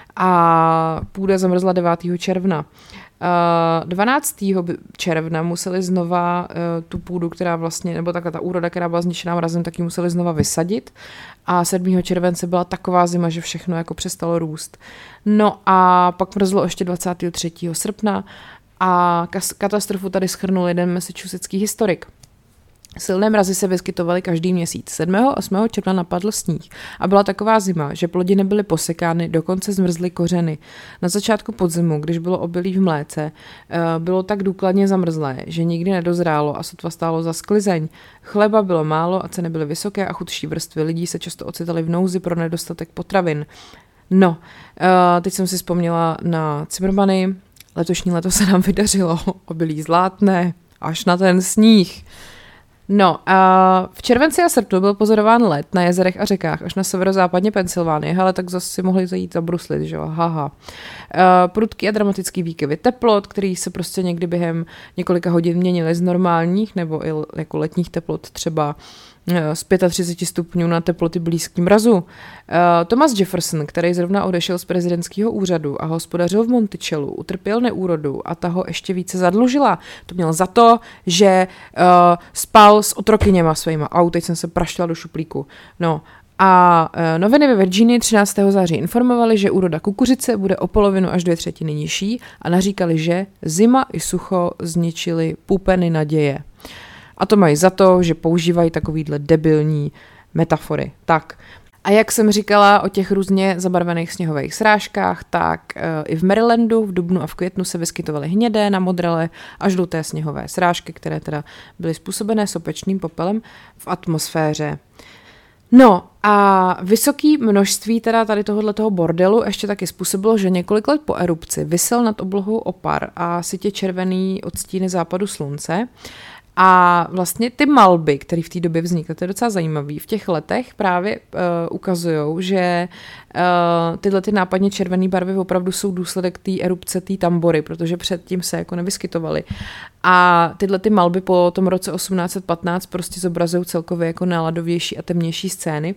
a půda zamrzla devátého června. dvanáctého června museli znova tu půdu, která vlastně, nebo takhle ta úroda, která byla zničená mrazem, tak ji museli znova vysadit a sedmého července byla taková zima, že všechno jako přestalo růst. No a pak mrzlo ještě dvacátého třetího srpna a katastrofu tady shrnul jeden massachusettský historik. Silné mrazy se vyskytovaly každý měsíc. sedmého a osmého června napadl sníh a byla taková zima, že plodiny byly posekány, dokonce zmrzly kořeny. Na začátku podzimu, když bylo obilí v mléce, bylo tak důkladně zamrzlé, že nikdy nedozrálo a sotva stálo za sklizeň. Chleba bylo málo a ceny byly vysoké a chudší vrstvy lidí se často ocitaly v nouzi pro nedostatek potravin. No, teď jsem si vzpomněla na Cimrmany. Letošní leto se nám vydařilo, obilí zlátné, až na ten sníh. No, a v červenci a srpnu byl pozorován led na jezerech a řekách až na severozápadně Pensylvánie, ale tak zase si mohli zajít zabruslit, že jo, haha. Prudký a dramatický výkyvy teplot, který se prostě někdy během několika hodin měnily z normálních nebo i jako letních teplot třeba z třicet pět stupňů na teploty blízký mrazu. Thomas Jefferson, který zrovna odešel z prezidentského úřadu a hospodařil v Monticellu, utrpěl neúrodu a ta ho ještě více zadlužila. To měl za to, že uh, spal s otrokyněma svýma. Au, teď jsem se praštila do šuplíku. No, a uh, noviny ve Virginii třináctého září informovali, že úroda kukuřice bude o polovinu až dvě třetiny nižší a naříkali, že zima i sucho zničily pupeny naděje. A to mají za to, že používají takovýhle debilní metafory. Tak. A jak jsem říkala o těch různě zabarvených sněhových srážkách, tak e, i v Marylandu v dubnu a v květnu se vyskytovaly hnědé, namodralé a žluté sněhové srážky, které teda byly způsobené sopečným popelem v atmosféře. No a vysoké množství teda tady tohoto bordelu ještě taky způsobilo, že několik let po erupci visel nad oblohou opar a sitě červený odstíny západu slunce. A vlastně ty malby, které v té době vznikly, to je docela zajímavé, v těch letech právě uh, ukazují, že uh, tyhle ty nápadně červené barvy opravdu jsou důsledek té erupce, té Tambory, protože předtím se jako nevyskytovaly. A tyhle ty malby po tom roce osmnáct set patnáct prostě zobrazují celkově jako náladovější a temnější scény.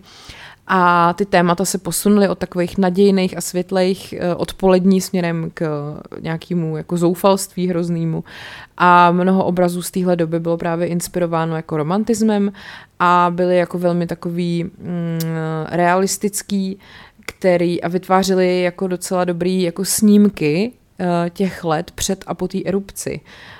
A ty témata se posunuly od takových nadějných a světlejch odpolední směrem k nějakému jako zoufalství hroznému. A mnoho obrazů z téhle doby bylo právě inspirováno jako romantismem a byly jako velmi takový mm, realistický, který a vytvářely jako docela dobrý jako snímky uh, těch let před a po té erupci.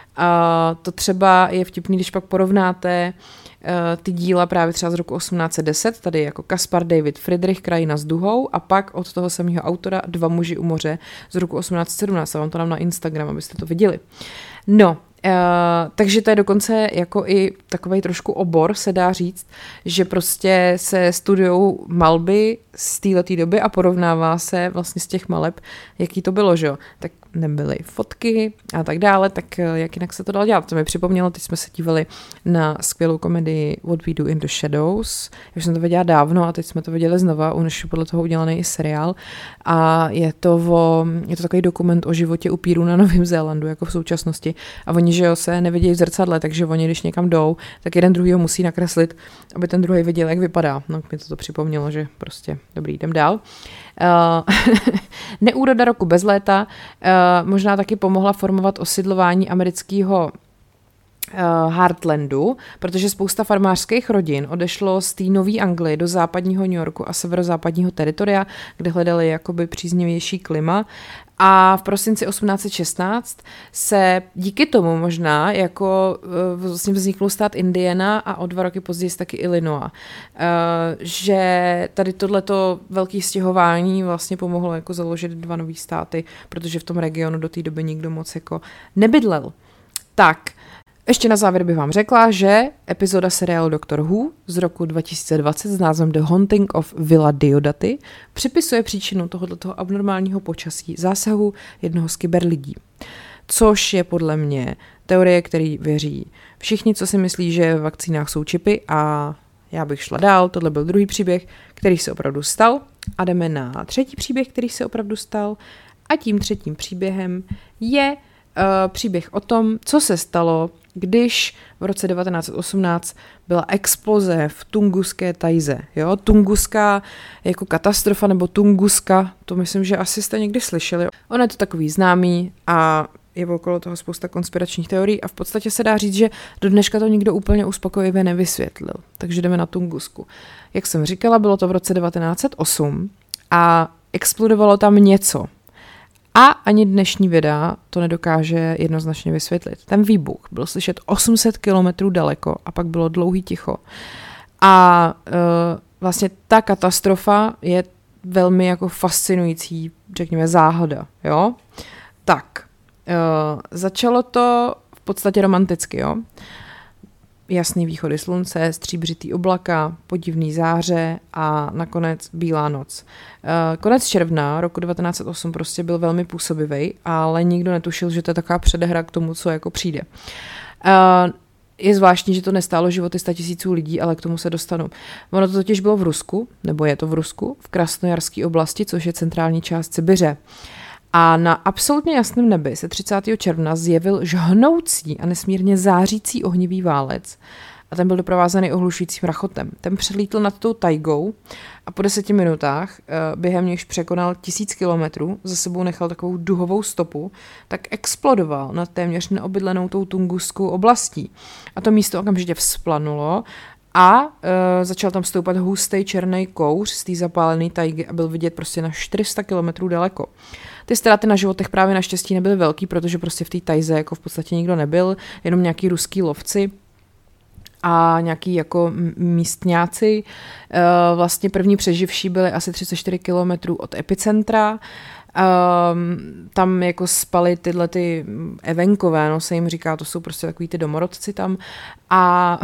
A to třeba je vtipný, když pak porovnáte uh, ty díla právě třeba z roku osmnáct set deset, tady jako Caspar David Friedrich, Krajina s duhou, a pak od toho samého autora Dva muži u moře z roku osmnáct set sedmnáct. Já vám to dám na Instagram, abyste to viděli. No, Uh, takže to je dokonce jako i takovej trošku obor, se dá říct, že prostě se studujou malby z téhletý doby a porovnává se vlastně z těch maleb, jaký to bylo, že jo. Tak nebyly fotky a tak dále, tak jak jinak se to dalo dělat. To mi připomnělo, teď jsme se dívali na skvělou komedii What We Do in the Shadows. Já už jsem to viděla dávno a teď jsme to viděli znova, už je podle toho udělaný i seriál. A je to, o, je to takový dokument o životě upírů na Novém Zélandu, jako v současnosti. A oni, že jo, se nevidějí v zrcadle, takže oni, když někam jdou, tak jeden druhýho musí nakreslit, aby ten druhý viděl, jak vypadá. No, mi to, to připomnělo, že prostě dobrý, jdem dál. Uh, Neúroda roku bez léta uh, možná taky pomohla formovat osidlování amerického uh, Heartlandu, protože spousta farmářských rodin odešlo z té Nové Anglie do západního New Yorku a severozápadního teritoria, kde hledali jakoby příznivější klima. A v prosinci osmnáct set šestnáct se díky tomu možná jako vlastně vzniknul stát Indiana a o dva roky později taky Illinois. Že tady tohleto velké stěhování vlastně pomohlo jako založit dva nový státy, protože v tom regionu do té doby nikdo moc jako nebydlel. Tak, ještě na závěr bych vám řekla, že epizoda seriálu Doctor Who z roku dva tisíce dvacet s názvem The Haunting of Villa Diodati připisuje příčinu tohoto abnormálního počasí zásahu jednoho z kyberlidí. Což je podle mě teorie, který věří všichni, co si myslí, že v vakcínách jsou čipy, a já bych šla dál. Tohle byl druhý příběh, který se opravdu stal, a jdeme na třetí příběh, který se opravdu stal, a tím třetím příběhem je uh, příběh o tom, co se stalo, když v roce devatenáct set osmnáct byla exploze v Tunguské Tajze. Jo? Tunguská jako katastrofa, nebo Tunguska, to myslím, že asi jste někdy slyšeli. Ono je to takový známý a je okolo toho spousta konspiračních teorií a v podstatě se dá říct, že do dneška to nikdo úplně uspokojivě nevysvětlil. Takže jdeme na Tungusku. Jak jsem říkala, bylo to v roce devatenáct set osm a explodovalo tam něco. A ani dnešní videa to nedokáže jednoznačně vysvětlit. Ten výbuch byl slyšet osm set kilometrů daleko a pak bylo dlouhý ticho. A e, vlastně ta katastrofa je velmi jako fascinující, řekněme, záhada. Jo? Tak, e, začalo to v podstatě romanticky, jo. Jasný východy slunce, stříbřitý oblaka, podivný záře a nakonec bílá noc. Konec června roku devatenáct set osm prostě byl velmi působivý, ale nikdo netušil, že to je taková předehra k tomu, co jako přijde. Je zvláštní, že to nestálo životy statisíců lidí, ale k tomu se dostanu. Ono to totiž bylo v Rusku, nebo je to v Rusku, v Krasnojarské oblasti, což je centrální část Sibiře. A na absolutně jasném nebi se třicátého června zjevil žhnoucí a nesmírně zářící ohnivý válec a ten byl doprovázený ohlušujícím rachotem. Ten přelítl nad tou tajgou a po deseti minutách, během nějž překonal tisíc kilometrů, za sebou nechal takovou duhovou stopu, tak explodoval nad téměř neobydlenou tou Tunguskou oblastí. A to místo okamžitě vzplanulo a e, začal tam stoupat hustý černý kouř z té zapálené tajgy a byl vidět prostě na čtyři sta kilometrů daleko. Ty ztráty na životech právě naštěstí nebyly velký, protože prostě v té tajze jako v podstatě nikdo nebyl, jenom nějaký ruský lovci a nějaký jako místňáci. E, vlastně první přeživší byli asi třicet čtyři kilometrů od epicentra. Um, tam jako spali tyhle ty evenkové, no se jim říká, to jsou prostě takový ty domorodci tam a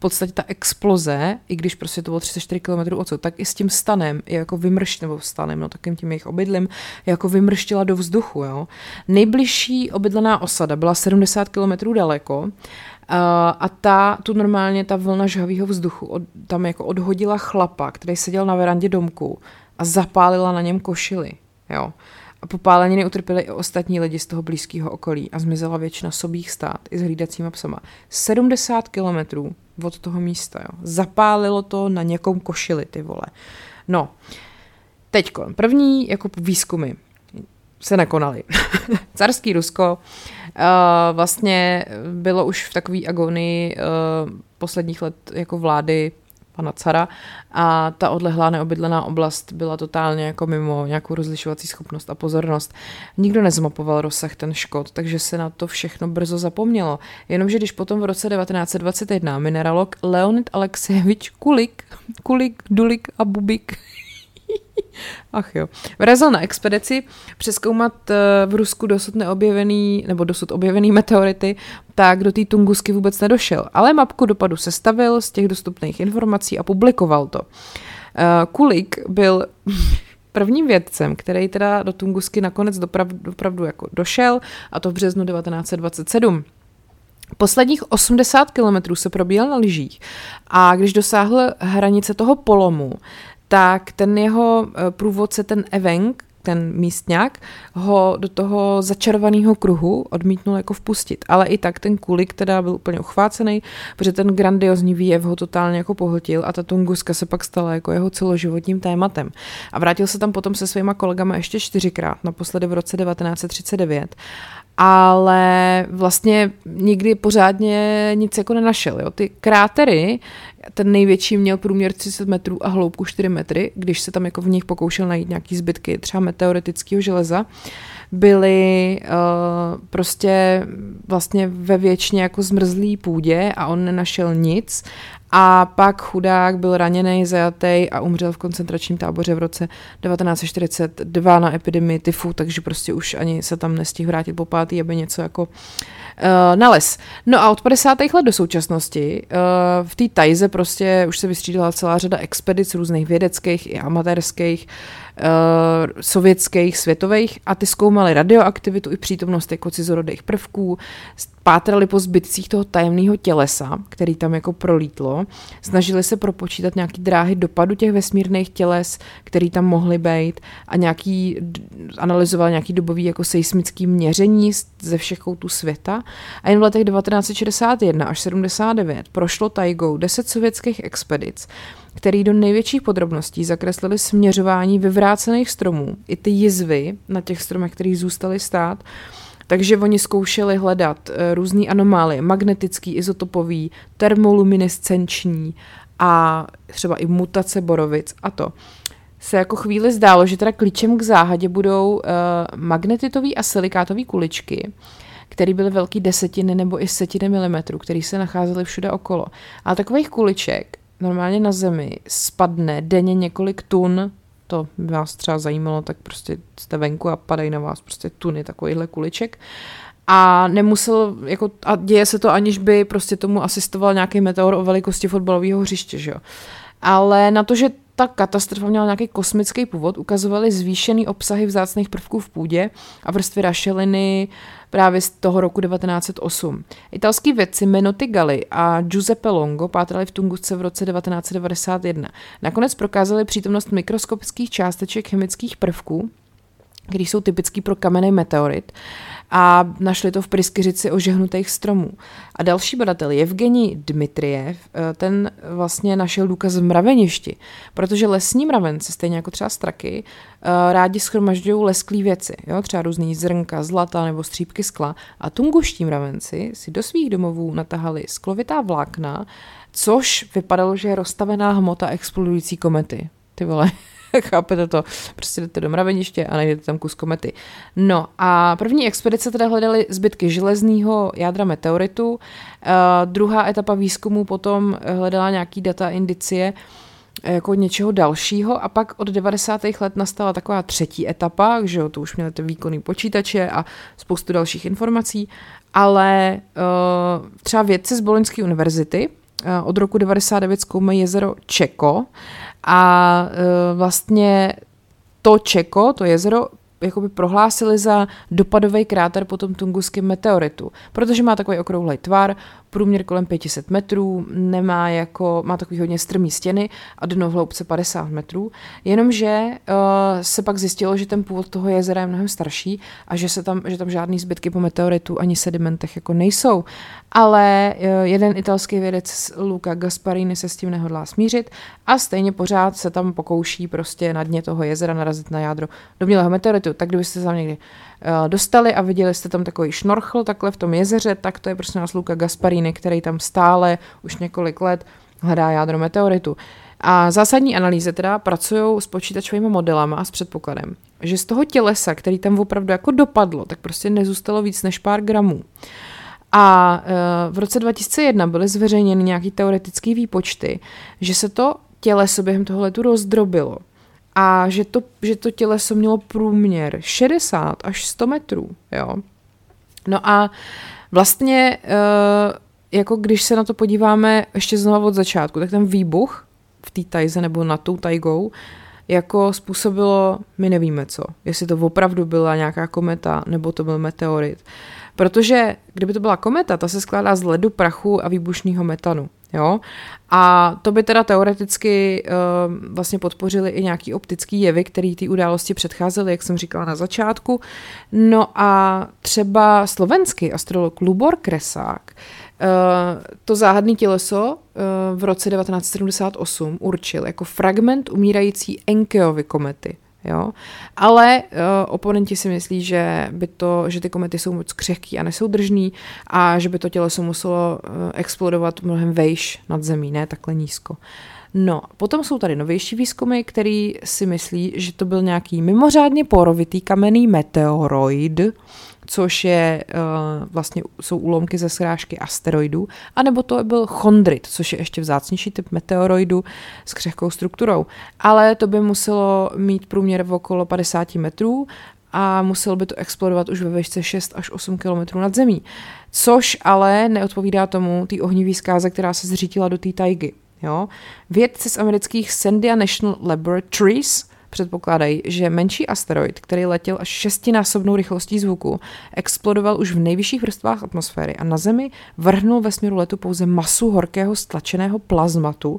podstatě ta exploze, i když prostě to bylo třicet čtyři kilometrů odsud, tak i s tím stanem, je jako vymršť, nebo stanem, no takým tím jejich obydlím, jako vymrštila do vzduchu, jo. Nejbližší obydlená osada byla sedmdesát kilometrů daleko, a ta, tu normálně ta vlna žhavýho vzduchu od, tam jako odhodila chlapa, který seděl na verandě domku a zapálila na něm košili, jo. A popáleniny utrpěli i ostatní lidi z toho blízkého okolí a zmizela většina sobých stát i s hlídacíma psama. sedmdesát kilometrů od toho místa, jo. Zapálilo to na někom košili, ty vole. No, teďko, první jako výzkumy se nekonaly. Carský Rusko uh, vlastně bylo už v takové agonii uh, posledních let jako vlády pana cara a ta odlehlá neobydlená oblast byla totálně jako mimo nějakou rozlišovací schopnost a pozornost. Nikdo nezmapoval rozsah ten škod, takže se na to všechno brzo zapomnělo. Jenomže když potom v roce devatenáct set dvacet jedna mineralog Leonid Alexejevič Kulik, Kulik, Dulik a Bubik ach jo. Vyrazil na expedici přezkoumat v Rusku dosud neobjevený, nebo dosud objevený meteority, tak do té Tungusky vůbec nedošel. Ale mapku dopadu sestavil z těch dostupných informací a publikoval to. Kulik byl prvním vědcem, který teda do Tungusky nakonec dopravdu, dopravdu jako došel, a to v březnu devatenáct set dvacet sedm. Posledních osmdesát kilometrů se probíjel na lyžích a když dosáhl hranice toho polomu, tak ten jeho průvodce, ten Evenk, ten místňák, ho do toho začarovaného kruhu odmítnul jako vpustit. Ale i tak ten Kulik teda byl úplně uchvácený, protože ten grandiozní výjev ho totálně jako pohltil a ta Tunguska se pak stala jako jeho celoživotním tématem. A vrátil se tam potom se svýma kolegama ještě čtyřikrát, naposledy v roce devatenáct set třicet devět. Ale vlastně nikdy pořádně nic jako nenašel. Jo. Ty krátery, ten největší měl průměr třicet metrů a hloubku čtyři metry, když se tam jako v nich pokoušel najít nějaký zbytky třeba meteoritického železa, byly uh, prostě vlastně ve věčně jako zmrzlý půdě a on nenašel nic. A pak chudák byl raněný, zajatý a umřel v koncentračním táboře v roce devatenáct set čtyřicet dva na epidemii tyfu, takže prostě už ani se tam nestihl vrátit po pátý, aby něco jako uh, nalez. No a od padesátých let do současnosti uh, v té Tajze prostě už se vystřídala celá řada expedic různých vědeckých i amatérských, Uh, sovětských, světových a ty zkoumali radioaktivitu i přítomnost jako cizorodých prvků, pátrali po zbytcích toho tajemného tělesa, který tam jako prolítlo, snažili se propočítat nějaký dráhy dopadu těch vesmírných těles, který tam mohly být a nějaký, analyzovali nějaký dobový jako seismický měření ze všech koutů světa a jen v letech devatenáct set šedesát jedna až sedmdesát devět prošlo tajgou deset sovětských expedic, který do největších podrobností zakreslili směřování vyvrácených stromů, i ty jizvy na těch stromech, které zůstaly stát. Takže oni zkoušeli hledat různý anomálie, magnetický, izotopový, termoluminescenční a třeba i mutace borovic a to. Se jako chvíli zdálo, že teda klíčem k záhadě budou uh, magnetitový a silikátový kuličky, které byly velký desetiny nebo i setiny milimetrů, které se nacházely všude okolo. Ale takových kuliček normálně na zemi spadne denně několik tun, to by vás třeba zajímalo, tak prostě jste venku a padají na vás prostě tuny takovýhle kuliček. A nemusel, jako, a děje se to, aniž by prostě tomu asistoval nějaký meteor o velikosti fotbalového hřiště, že jo. Ale na to, že ta katastrofa měla nějaký kosmický původ, ukazovaly zvýšený obsahy vzácných prvků v půdě a vrstvy rašeliny právě z toho roku devatenáct set osm. Italský vědci Menotti Galli a Giuseppe Longo pátrali v Tungusce v roce devatenáct set devadesát jedna. Nakonec prokázali přítomnost mikroskopických částeček chemických prvků, které jsou typický pro kamenný meteorit, a našli to v pryskyřici ožehnutých stromů. A další badatel, Evgenij Dmitrijev, ten vlastně našel důkaz v mraveništi, protože lesní mravenci, stejně jako třeba straky, rádi shromažďují lesklý věci, jo? Třeba různý zrnka, zlata nebo střípky skla, a tunguští mravenci si do svých domovů natahali sklovitá vlákna, což vypadalo, že je roztavená hmota explodující komety. Ty vole. Chápete to? Prostě jdete do mraveniště a najdete tam kus komety. No a první expedice teda hledaly zbytky železného jádra meteoritu. Uh, druhá etapa výzkumu potom hledala nějaký data, indicie jako něčeho dalšího a pak od devadesátých let nastala taková třetí etapa, že jo, to už měli ty výkonný počítače a spoustu dalších informací, ale uh, třeba vědci z Boloňské univerzity od roku devadesát devět zkoumají jezero Čeko a vlastně to Čeko, to jezero, jakoby prohlásili za dopadový kráter po tom tunguském meteoritu, protože má takový okrouhlej tvar, průměr kolem pět set metrů, nemá jako, má takový hodně strmý stěny a dno v hloubce padesát metrů, jenomže uh, se pak zjistilo, že ten původ toho jezera je mnohem starší a že, se tam, že tam žádný zbytky po meteoritu ani sedimentech jako nejsou. Ale uh, jeden italský vědec Luca Gasparini se s tím nehodlá smířit a stejně pořád se tam pokouší prostě na dně toho jezera narazit na jádro domnělého meteoritu. Tak kdybyste se tam někdy uh, dostali a viděli jste tam takový šnorchl takhle v tom jezeře, tak to je prostě nás Luca Gasparini, který tam stále už několik let hledá jádro meteoritu. A zásadní analýzy teda pracují s počítačovými modelama a s předpokladem, že z toho tělesa, který tam opravdu jako dopadlo, tak prostě nezůstalo víc než pár gramů. A uh, v roce dva tisíce jedna byly zveřejněny nějaký teoretický výpočty, že se to těleso během toho letu rozdrobilo. A že to, že to těleso mělo průměr šedesát až sto metrů. Jo? No a vlastně, uh, jako když se na to podíváme ještě znovu od začátku, tak ten výbuch v té tajze nebo nad tou tajgou jako způsobilo, my nevíme co, jestli to opravdu byla nějaká kometa nebo to byl meteorit. Protože kdyby to byla kometa, ta se skládá z ledu, prachu a výbušného metanu. Jo? A to by teda teoreticky uh, vlastně podpořili i nějaký optický jevy, které té události předcházely, jak jsem říkala na začátku. No a třeba slovenský astrolog Lubor Kresák uh, to záhadné těleso uh, v roce devatenáct set sedmdesát osm určil jako fragment umírající Enkeovy komety. Jo? Ale uh, oponenti si myslí, že, by to, že ty komety jsou moc křehký a nesoudržný a že by to těleso muselo uh, explodovat mnohem vejš nad zemí, ne takhle nízko. No, potom jsou tady novější výzkumy, který si myslí, že to byl nějaký mimořádně porovitý kamenný meteoroid, což je uh, vlastně jsou úlomky ze srážky asteroidů, anebo to byl chondrit, což je ještě vzácnější typ meteoroidu s křehkou strukturou. Ale to by muselo mít průměr v okolo padesát metrů a muselo by to explodovat už ve výšce šest až osm kilometrů nad zemí. Což ale neodpovídá tomu té ohnivý zkáze, která se zřítila do té tajgy. Jo? Vědci z amerických Sandia National Laboratories předpokládají, že menší asteroid, který letěl až šestinásobnou rychlostí zvuku, explodoval už v nejvyšších vrstvách atmosféry a na Zemi vrhnul ve směru letu pouze masu horkého stlačeného plazmatu,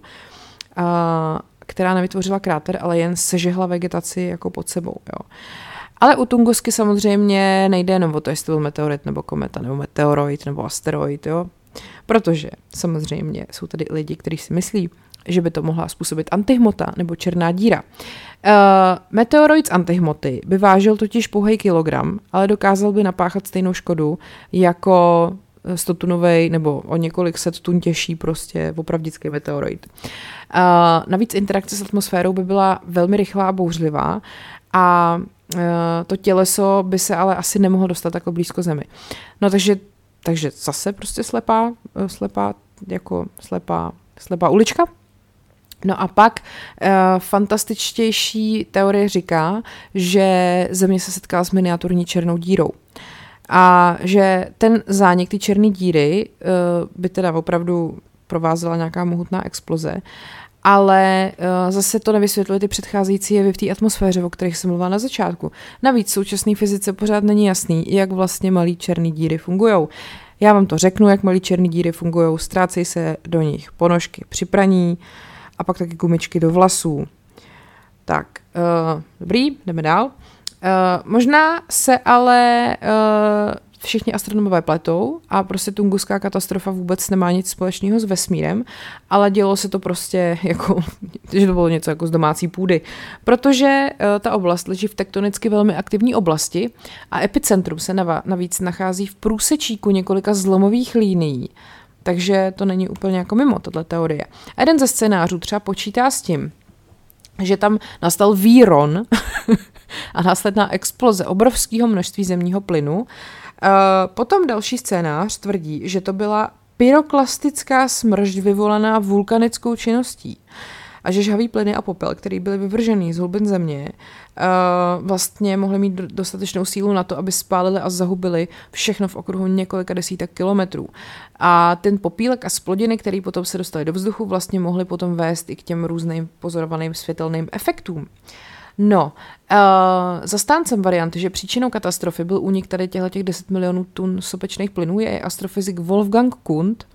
a, která nevytvořila kráter, ale jen sežehla vegetaci jako pod sebou. Jo. Ale u Tungusky samozřejmě nejde jenom o to, jestli to byl meteorit nebo kometa, nebo meteoroid nebo asteroid, jo. Protože samozřejmě jsou tady lidi, kteří si myslí, že by to mohla způsobit antihmota nebo černá díra. Uh, meteoroid z antihmoty by vážil totiž pouhej kilogram, ale dokázal by napáchat stejnou škodu jako stotunovej nebo o několik set tun těžší prostě opravdický meteoroid. Uh, navíc interakce s atmosférou by byla velmi rychlá a bouřlivá a uh, to těleso by se ale asi nemohlo dostat takhle blízko Zemi. No takže, takže zase prostě slepá, slepá, jako slepá, slepá ulička. No a pak uh, fantastičtější teorie říká, že Země se setkala s miniaturní černou dírou. A že ten zánik té černé díry uh, by teda opravdu provázela nějaká mohutná exploze, ale uh, zase to nevysvětluje ty předcházející jevy v té atmosféře, o kterých jsem mluvila na začátku. Navíc v současné fyzice pořád není jasný, jak vlastně malý černé díry fungujou. Já vám to řeknu, jak malý černé díry fungujou. Ztrácejí se do nich ponožky při praní a pak taky gumičky do vlasů. Tak, uh, dobrý, jdeme dál. Uh, možná se ale uh, všichni astronomové pletou a prostě tunguská katastrofa vůbec nemá nic společného s vesmírem, ale dělo se to prostě jako, že to bylo něco jako z domácí půdy, protože uh, ta oblast leží v tektonicky velmi aktivní oblasti a epicentrum se navíc nachází v průsečíku několika zlomových linií, takže to není úplně jako mimo tato teorie. A jeden ze scénářů třeba počítá s tím, že tam nastal výron a následná exploze obrovského množství zemního plynu. Potom další scénář tvrdí, že to byla pyroklastická smršť vyvolaná vulkanickou činností. a že žhavý plyny a popel, který byly vyvržený z hlubin země, uh, vlastně mohly mít dostatečnou sílu na to, aby spálili a zahubili všechno v okruhu několika desítek kilometrů. A ten popílek a splodiny, které potom se dostaly do vzduchu, vlastně mohly potom vést i k těm různým pozorovaným světelným efektům. No, uh, zastáncem varianty, že příčinou katastrofy byl únik tady těchto deset milionů tun sopečných plynů, je astrofyzik Wolfgang Kund,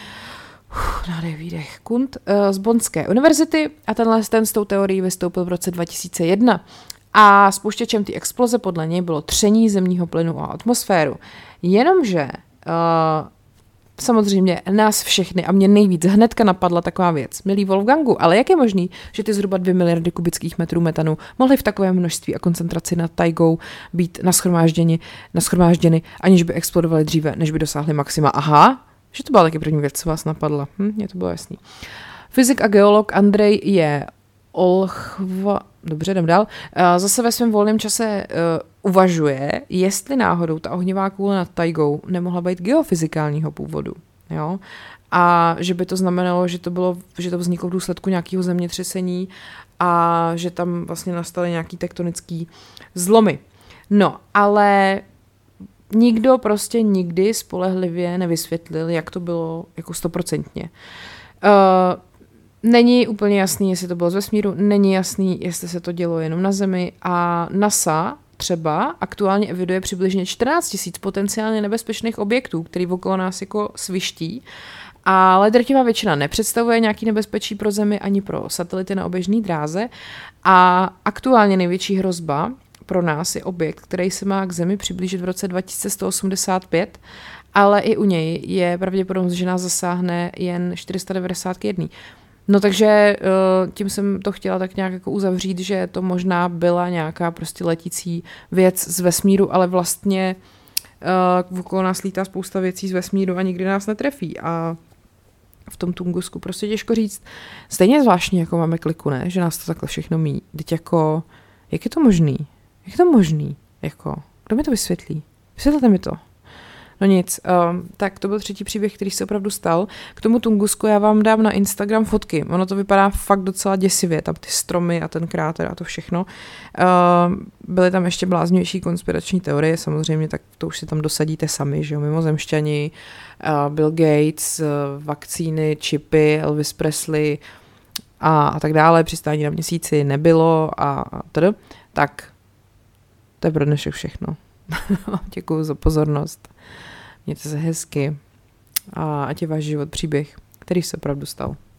Uf, nádej výdech, Kund uh, z Bonnské univerzity a tenhle ten s tou teorií vystoupil v roce dva tisíce jedna. A spouštěčem té exploze podle něj bylo tření zemního plynu a atmosféru. Jenomže uh, samozřejmě nás všechny a mě nejvíc hnedka napadla taková věc. Milý Wolfgangu, ale jak je možný, že ty zhruba dvě miliardy kubických metrů metanu mohly v takovém množství a koncentraci nad tajgou být nashromážděny, nashromážděny, aniž by explodovaly dříve, než by dosáhly maxima? Aha, že to byla taky první věc, co vás napadla. Hm, mě to bylo jasný. Fyzik a geolog Andrej je Olchva... Dobře, jdem dál. Zase ve svém volném čase uh, uvažuje, jestli náhodou ta ohnivá koule nad tajgou nemohla být geofyzikálního původu. Jo? A že by to znamenalo, že to, bylo, že to vzniklo v důsledku nějakého zemětřesení a že tam vlastně nastaly nějaký tektonický zlomy. No, ale nikdo prostě nikdy spolehlivě nevysvětlil, jak to bylo jako stoprocentně. Uh, Není úplně jasný, jestli to bylo z vesmíru, není jasný, jestli se to dělo jenom na Zemi a NASA třeba aktuálně eviduje přibližně čtrnáct tisíc potenciálně nebezpečných objektů, který okolo nás jako sviští, ale drtivá většina nepředstavuje nějaký nebezpečí pro Zemi ani pro satelity na oběžné dráze a aktuálně největší hrozba pro nás je objekt, který se má k Zemi přiblížit v roce dva tisíce sto osmdesát pět, ale i u něj je pravděpodobnost, že nás zasáhne jen čtyři sta devadesát jedna. No takže tím jsem to chtěla tak nějak jako uzavřít, že to možná byla nějaká prostě letící věc z vesmíru, ale vlastně uh, okolo nás lítá spousta věcí z vesmíru a nikdy nás netrefí a v tom Tungusku prostě těžko říct. Stejně zvláštní, jako máme kliku, ne? Že nás to takhle všechno mí. Teď jako, jak je to možný? Jak je to možný? Jako, kdo mi to vysvětlí? Vysvětlete mi to. No nic, um, tak to byl třetí příběh, který se opravdu stal. K tomu Tungusku já vám dám na Instagram fotky. Ono to vypadá fakt docela děsivě, tam ty stromy a ten kráter a to všechno. Um, byly tam ještě bláznější konspirační teorie, samozřejmě, tak to už si tam dosadíte sami, že jo, mimozemšťani, uh, Bill Gates, uh, vakcíny, čipy, Elvis Presley a, a tak dále, přistání na měsíci nebylo a, a tedy. Tak, to je pro dnešek všechno. Děkuju za pozornost. Mějte se hezky a ať je váš život příběh, který se opravdu stal.